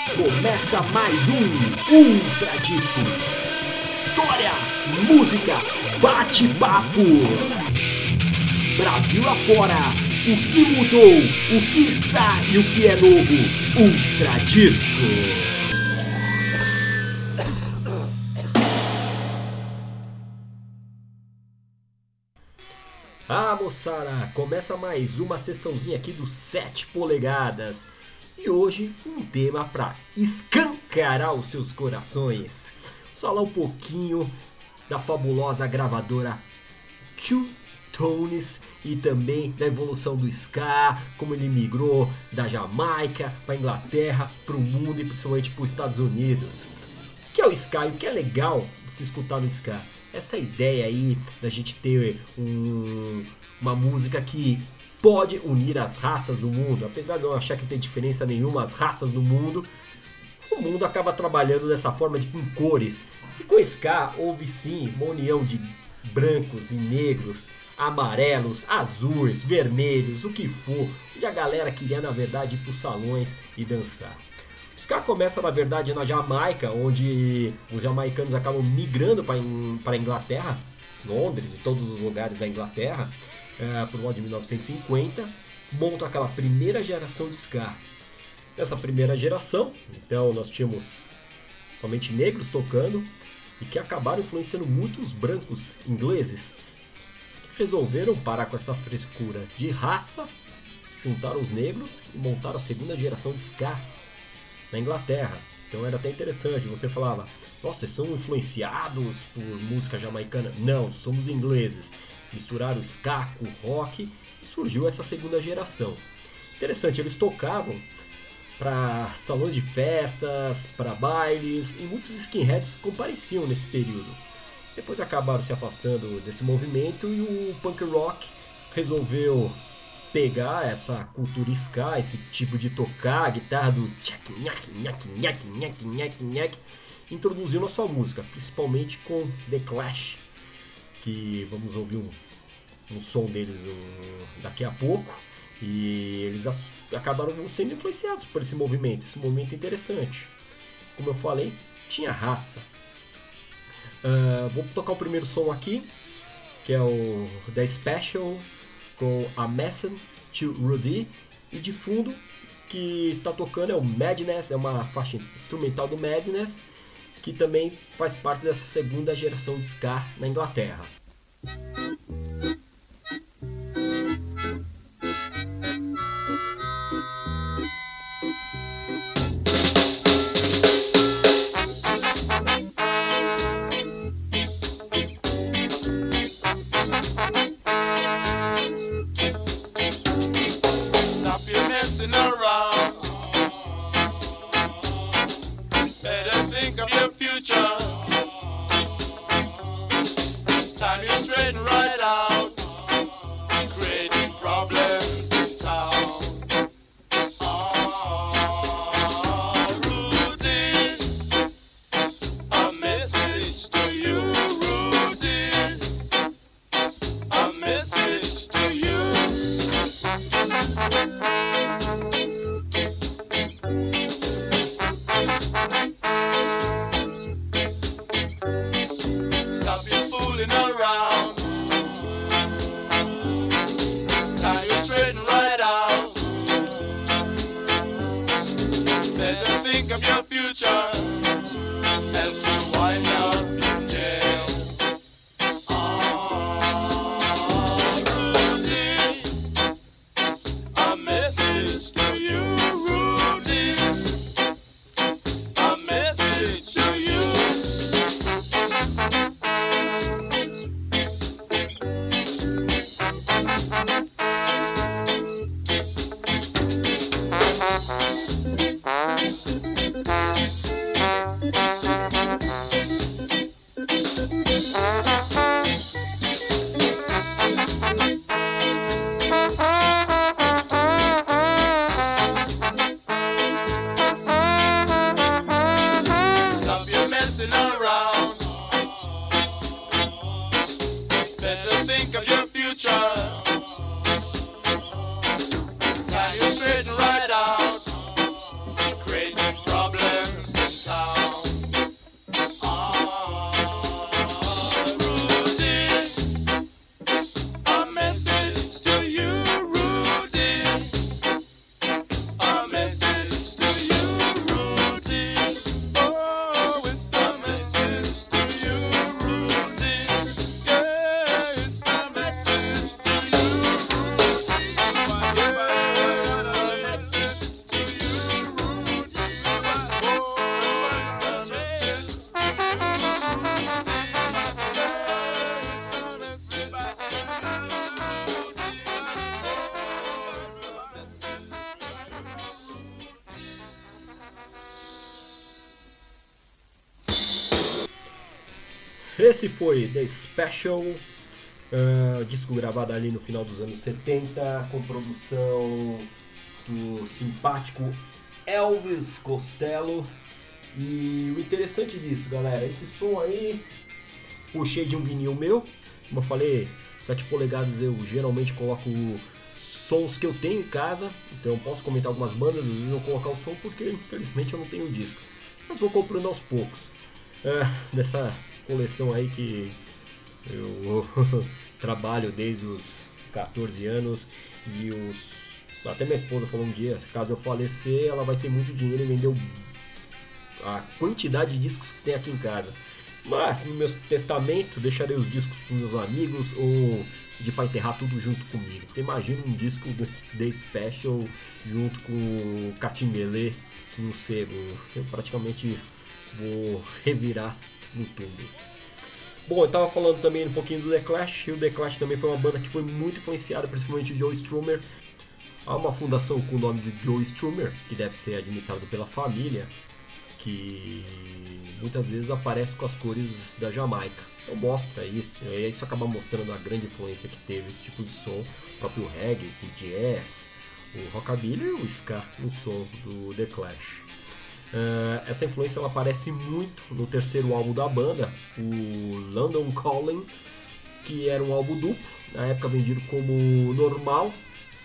Começa mais um Ultra Discos. História, música, bate-papo. Brasil afora, o que mudou, o que está e o que é novo. Ultra Disco. Ah, moçada, começa mais uma sessãozinha aqui do 7 polegadas. E hoje um tema para escancarar os seus corações. Vamos falar um pouquinho da fabulosa gravadora Two Tones e também da evolução do ska, como ele migrou da Jamaica para a Inglaterra, para o mundo e principalmente para os Estados Unidos. O que é o ska e o que é legal de se escutar no ska? Essa ideia aí da gente ter uma música que pode unir as raças do mundo. Apesar de eu achar que tem diferença nenhuma as raças do mundo, o mundo acaba trabalhando dessa forma com cores. E com ska houve sim uma união de brancos e negros, amarelos, azuis, vermelhos, o que for. E a galera queria na verdade ir para os salões e dançar. O ska começa na verdade na Jamaica, onde os jamaicanos acabam migrando para a Inglaterra, Londres e todos os lugares da Inglaterra, por volta de 1950, montam aquela primeira geração de ska. Nessa primeira geração, então nós tínhamos somente negros tocando e que acabaram influenciando muitos brancos ingleses que resolveram parar com essa frescura de raça, juntaram os negros e montaram a segunda geração de ska na Inglaterra. Então era até interessante, você falava, nossa, vocês são influenciados por música jamaicana? Não, somos ingleses. Misturaram o ska com o rock e surgiu essa segunda geração. Interessante, eles tocavam para salões de festas, para bailes, e muitos skinheads compareciam nesse período. Depois acabaram se afastando desse movimento e o punk rock resolveu pegar essa cultura ska, esse tipo de tocar, a guitarra do tchac, nhac, nhac, nhac, nhac, nhac, nhac, introduziu na sua música, principalmente com The Clash, que vamos ouvir um som deles daqui a pouco, e eles acabaram sendo influenciados por esse movimento interessante. Como eu falei, tinha raça. Vou tocar o primeiro som aqui, que é o The Special, com a Mason to Rudy, e de fundo que está tocando é o Madness, é uma faixa instrumental do Madness, que também faz parte dessa segunda geração de ska na Inglaterra. Esse foi The Special, disco gravado ali no final dos anos 70, com produção do simpático Elvis Costello. E o interessante disso, galera, esse som aí, puxei de um vinil meu, como eu falei, 7 polegadas eu geralmente coloco sons que eu tenho em casa, então eu posso comentar algumas bandas, às vezes eu vou colocar o som porque infelizmente eu não tenho disco, mas vou comprando aos poucos. Dessa coleção aí que eu trabalho desde os 14 anos e até minha esposa falou um dia, caso eu falecer, ela vai ter muito dinheiro e vendeu a quantidade de discos que tem aqui em casa. Mas no meu testamento deixarei os discos para os meus amigos ou pedir para enterrar tudo junto comigo. Imagina um disco do The Special junto com o Catinguelê no sebo. Eu praticamente vou revirar no túmulo. Bom, eu tava falando também um pouquinho do The Clash, e o The Clash também foi uma banda que foi muito influenciada, principalmente de Joe Strummer. Há uma fundação com o nome de Joe Strummer, que deve ser administrada pela família, que muitas vezes aparece com as cores da Jamaica. Então mostra isso, e isso acaba mostrando a grande influência que teve esse tipo de som, o próprio reggae, o jazz, o rockabilly e o ska no som do The Clash. Essa influência ela aparece muito no terceiro álbum da banda, o London Calling, que era um álbum duplo, na época vendido como normal.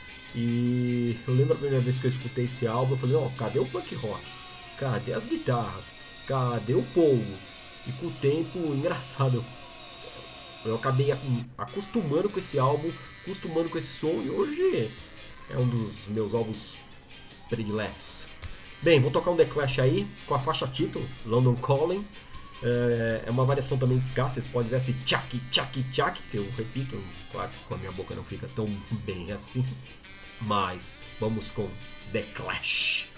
E eu lembro a primeira vez que eu escutei esse álbum, eu falei, ó, cadê o punk rock? Cadê as guitarras? Cadê o pogo? E com o tempo, engraçado, eu acabei acostumando com esse álbum, acostumando com esse som, e hoje é um dos meus álbuns prediletos. Bem, vou tocar um The Clash aí, com a faixa título, London Calling. É uma variação também de ska, vocês podem ver esse tchac, tchac, tchac, que eu repito, claro que com a minha boca não fica tão bem assim. Mas vamos com The Clash.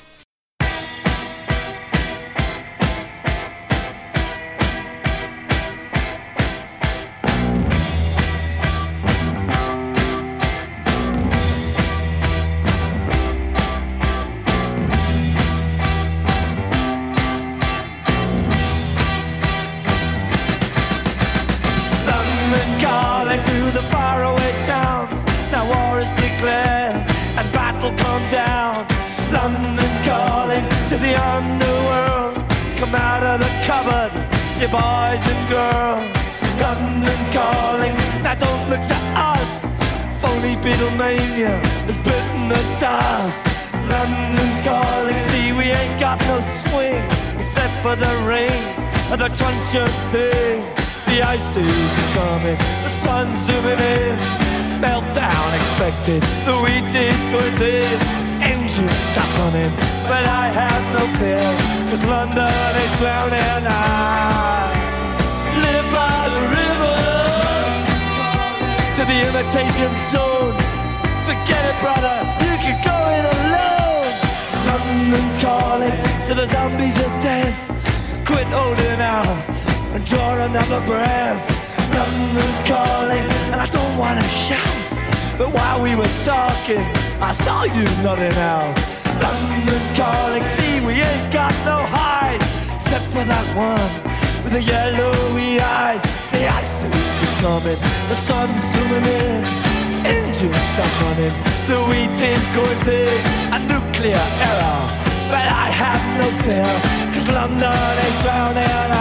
You boys and girls, London calling, now don't look to us. Phony Beatlemania has bitten the dust. London calling, see we ain't got no swing, except for the rain and the truncheon thing. The ice age is coming, the sun's zooming in. Meltdown expected, the wheat is going thin. Engines stop running, but I have no fear, cause London is drowning. I live by the river, to the imitation zone. Forget it, brother, you can go it alone. London calling to the zombies of death. Quit holding out and draw another breath. London calling, and I don't wanna shout, but while we were talking, I saw you nodding out. London calling, see we ain't got no hide, except for that one with the yellowy eyes. The ice age is coming, the sun's zooming in. Engines stop running, the wheat is going big. A nuclear error, but I have no fear, cause London is drowning.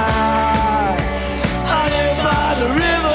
I live by the river.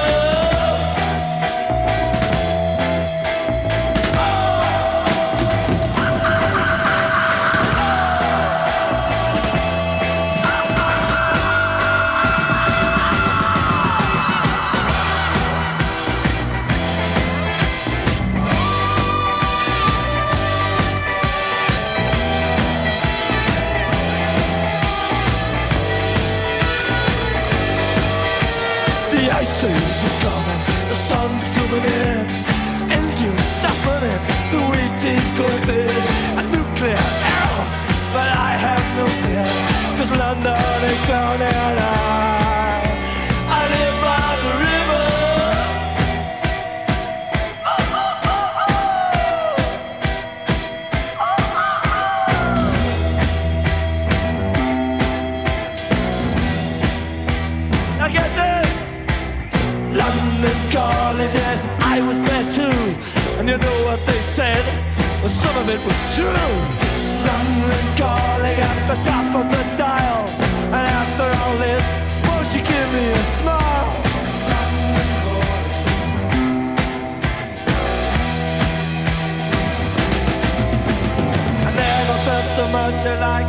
Is coming, the sun's zooming in. Engines stop running, the wheat is going thin. A nuclear error, but I have no fear, cause London is drowning. I live by the river. Oh, oh, oh, oh. Oh, oh, oh. Now get this. it was true. London calling at the top of the dial. And after all this, won't you give me a smile? London calling. I never felt so much alike.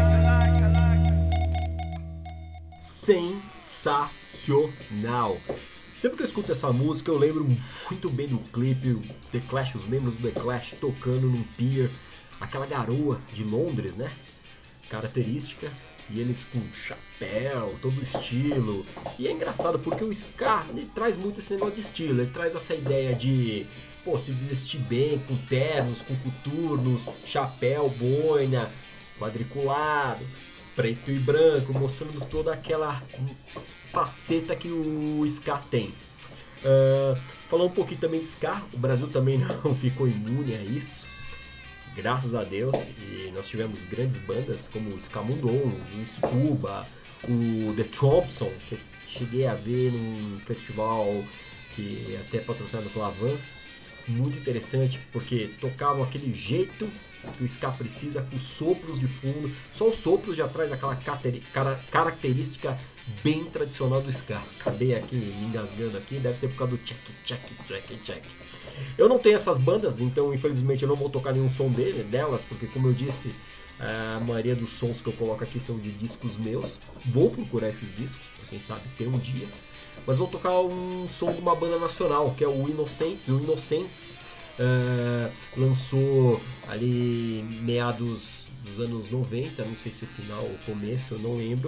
Sensacional! Sempre que eu escuto essa música eu lembro muito bem do clipe, The Clash, os membros do The Clash tocando num pier, aquela garoa de Londres, né? Característica, e eles com chapéu, todo estilo. E é engraçado porque o ska, ele traz muito esse negócio de estilo, ele traz essa ideia de, pô, se vestir bem, com ternos, com coturnos, chapéu, boina, quadriculado, preto e branco, mostrando toda aquela faceta que o ska tem. Falar um pouquinho também de ska, o Brasil também não ficou imune a isso, graças a Deus, e nós tivemos grandes bandas como o Scamundons, o Scuba, o The Thompson, que eu cheguei a ver num festival que até é patrocinado pela Vans, muito interessante, porque tocavam aquele jeito que o ska precisa, com sopros de fundo. Só os sopros já traz aquela característica bem tradicional do ska. Acabei aqui me engasgando aqui, deve ser por causa do check, check, check, check. Eu não tenho essas bandas, então infelizmente eu não vou tocar nenhum som delas, porque como eu disse, a maioria dos sons que eu coloco aqui são de discos meus. Vou procurar esses discos, pra quem sabe ter um dia. Mas vou tocar um som de uma banda nacional, que é o Inocentes. O Inocentes lançou ali meados dos anos 90, não sei se o final ou começo, eu não lembro.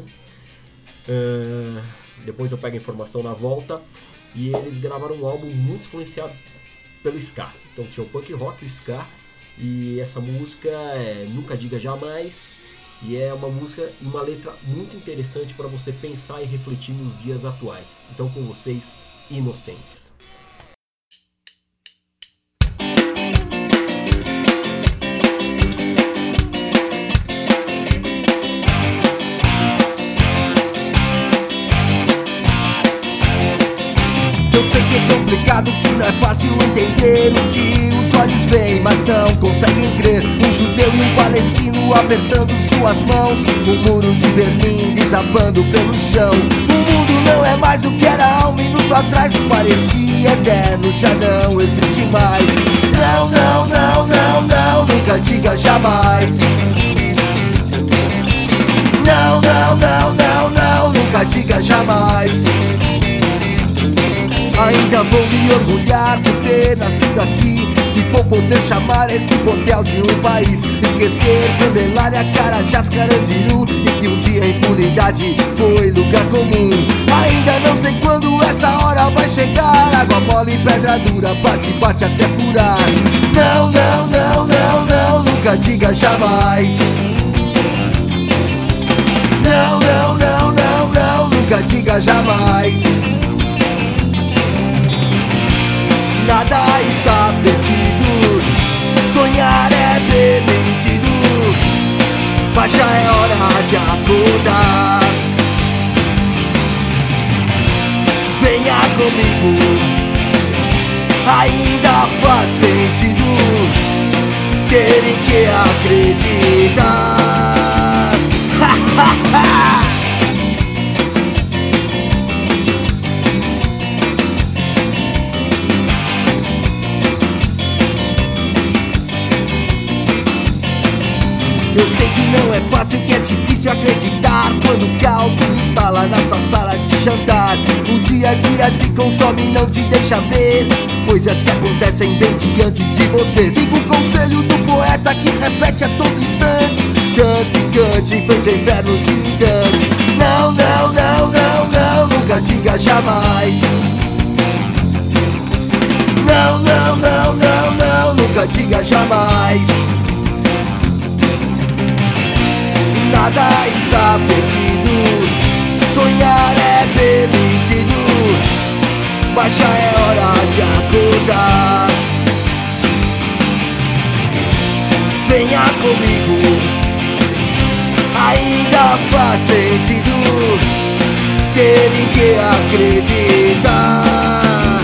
Depois eu pego a informação na volta. E eles gravaram um álbum muito influenciado pelo ska. Então tinha o punk rock e o ska. E essa música é Nunca Diga Jamais. E é uma música e uma letra muito interessante para você pensar e refletir nos dias atuais. Então com vocês, Inocentes. Eu sei que é complicado, que não é fácil entender o que os olhos veem, mas não conseguem crer. Um judeu e um palestino apertando suas mãos, o muro de Berlim desabando pelo chão. O mundo não é mais o que era há um minuto atrás, o parecia eterno já não existe mais. Não, não, não, não, não, nunca diga jamais. Não, não, não, não, não, nunca diga jamais. Ainda vou me orgulhar por ter nascido aqui e vou poder chamar esse hotel de um país. Esquecer Candelária, Carajás, Carandiru e que um dia a impunidade foi lugar comum. Ainda não sei quando essa hora vai chegar. Água mole e pedra dura, bate, bate até furar. Não, não, não, não, não, nunca diga jamais. Não, não, não, não, não, nunca diga jamais. Nada está perdido, sonhar é permitido, mas já é hora de acordar. Venha comigo, ainda faz sentido terem que acreditar. Eu sei que não é fácil, que é difícil acreditar quando o caos se instala nessa sala de jantar. O dia a dia te consome e não te deixa ver coisas que acontecem bem diante de você. Siga o conselho do poeta que repete a todo instante: dance, cante, em frente ao inferno gigante. Não, não, não, não, não, nunca diga jamais. Não, não, não, não, não, nunca diga jamais. Nada está perdido, sonhar é permitido, mas já é hora de acordar. Venha comigo, ainda faz sentido terem que acreditar.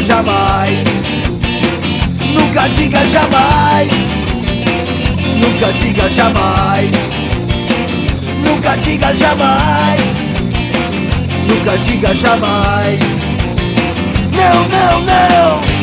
diga jamais. Nunca diga jamais. Nunca diga jamais. Nunca diga jamais. Nunca diga jamais. Não, não, não.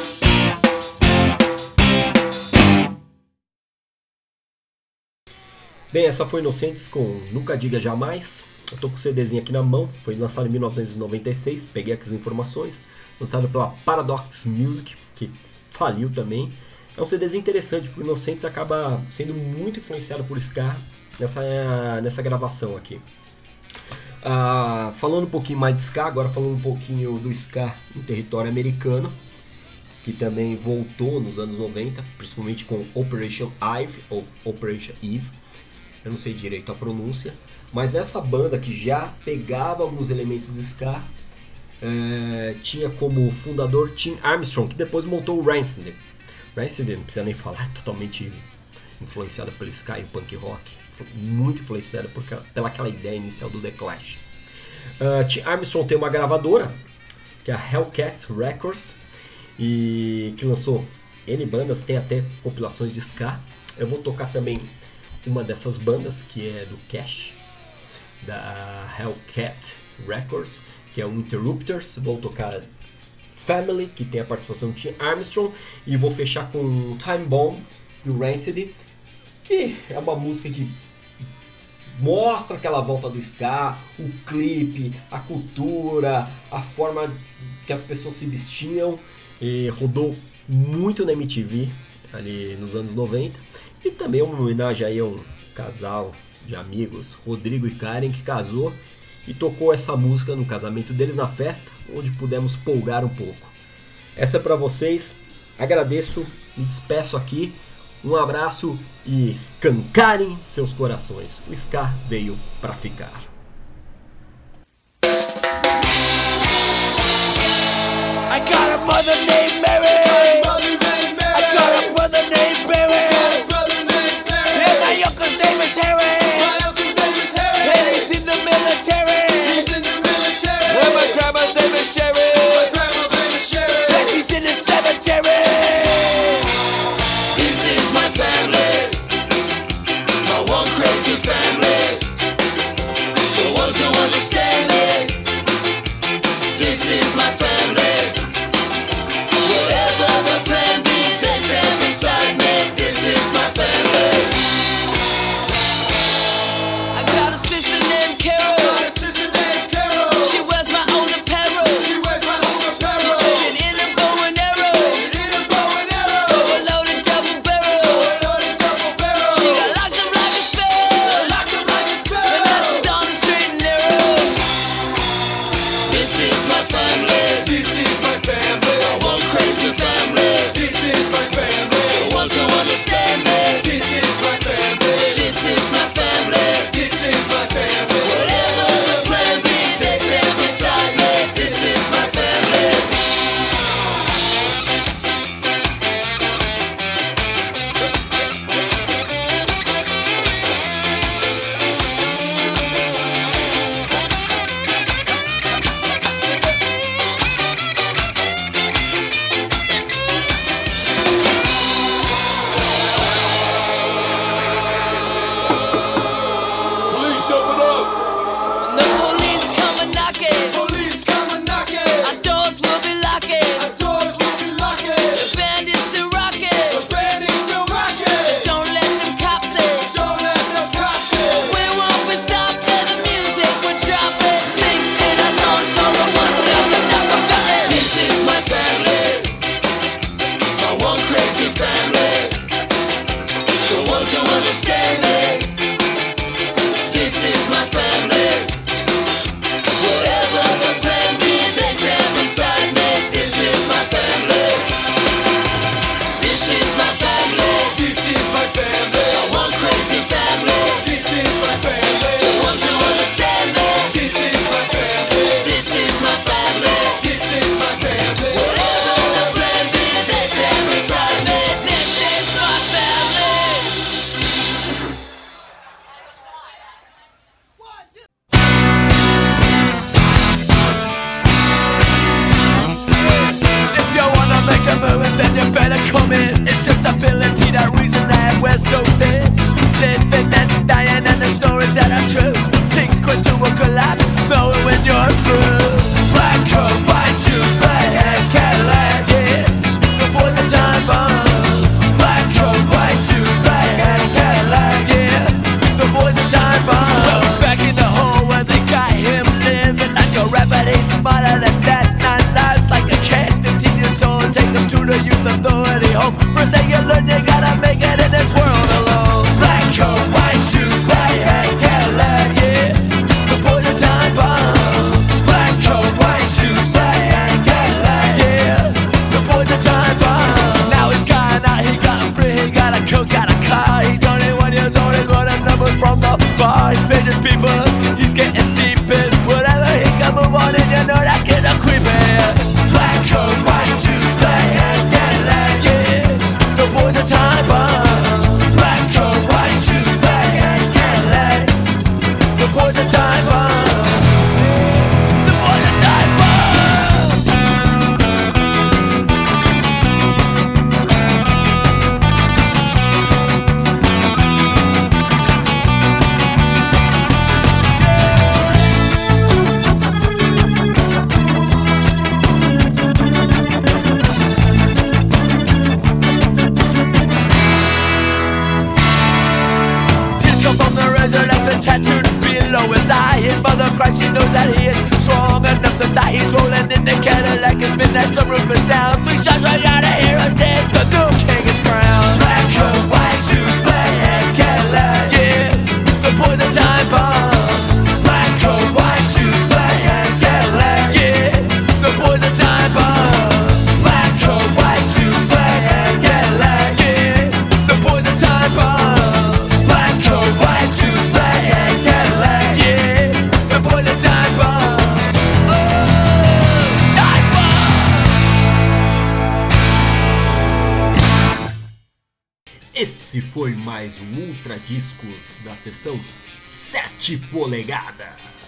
Bem, essa foi Inocentes com Nunca Diga Jamais. Eu tô com o CDzinho aqui na mão, foi lançado em 1996, peguei aqui as informações. Lançado pela Paradox Music, que faliu também. É um CDzinho interessante, porque o Inocentes acaba sendo muito influenciado por ska nessa gravação aqui. Falando um pouquinho mais de ska, agora falando um pouquinho do ska em território americano, que também voltou nos anos 90, principalmente com Operation Eve, ou Operation Eve. Eu não sei direito a pronúncia, mas essa banda que já pegava alguns elementos de ska, tinha como fundador Tim Armstrong, que depois montou o Rancid. Rancid, não precisa nem falar, é totalmente influenciado pelo ska e o punk rock, foi muito influenciado pela aquela ideia inicial do The Clash. Tim Armstrong tem uma gravadora, que é a Hellcat Records, e que lançou N bandas, tem até compilações de ska. Eu vou tocar também uma dessas bandas, que é do Cash, da Hellcat Records, que é o Interrupters. Vou tocar Family, que tem a participação de Tim Armstrong, e vou fechar com Time Bomb, do Rancid, que é uma música que mostra aquela volta do ska, o clipe, a cultura, a forma que as pessoas se vestiam, e rodou muito na MTV ali nos anos 90. E também uma homenagem aí a um casal de amigos, Rodrigo e Karen, que casou e tocou essa música no casamento deles na festa, onde pudemos polgar um pouco. Essa é pra vocês, agradeço, me despeço aqui, um abraço e escancarem seus corações. O ska veio pra ficar. I got a mother named Mary. I got a brother named Barry. And my uncle's name is Harry. And he's in the military. And my grandma's name is Sherry. Yes, he's in the cemetery. This is my family, my one crazy family, the ones who understand me. This is my family, wherever the we're so thin, living and dying, and the stories that are true sink into a collapse, knowing when you're through. Black coat, white shoes, red hair, Cadillac, yeah, the boys are time bomb. Black coat, white shoes, red hair, Cadillac, yeah, the boys are time bomb. Well, he's back in the hole where they got him living like a rapper. He's smarter than that. 9 lives like a cat, 15 years old. Take them to the youth authority home. First thing you learn, you gotta make it in this world alone. Black coat, white shoes, black hat, Cadillac, yeah, the boys are time bomb. Black coat, white shoes, black hat, Cadillac, yeah, the boys are time bomb. Now he's gone out, he got free, he got a coat, got a car. He's 21 years old, he got the numbers from the bar. He's paid his people, he's getting deep in whatever he can move on, and you know that kid's a creepin'. Black coat, white shoes, black hat, Cadillac, yeah, the boys are time bomb. Black coat, white shoes, black hat, Cadillac, the boys are time bomb. The boys are time bomb. From the razor left and tattooed below his eye. His mother cries, she knows that he is strong enough to die. He's rolling in the Cadillac, his midnight, some roof is down. 3 shots right out of here and dead, the new king is crowned. Black coat, white shoes, black hat, Cadillac, yeah, the boys are time bomb. Black coat, white shoes, black hat, Cadillac, yeah, the boys are time bomb. Black coat, white shoes, black hat, Cadillac, yeah, the boys are time bomb. Black coat, white shoes, black hat, Cadillac, yeah, the boys are time bomb. Oh, time bomb. Esse foi mais um Ultra Discos da sessão 7 polegadas.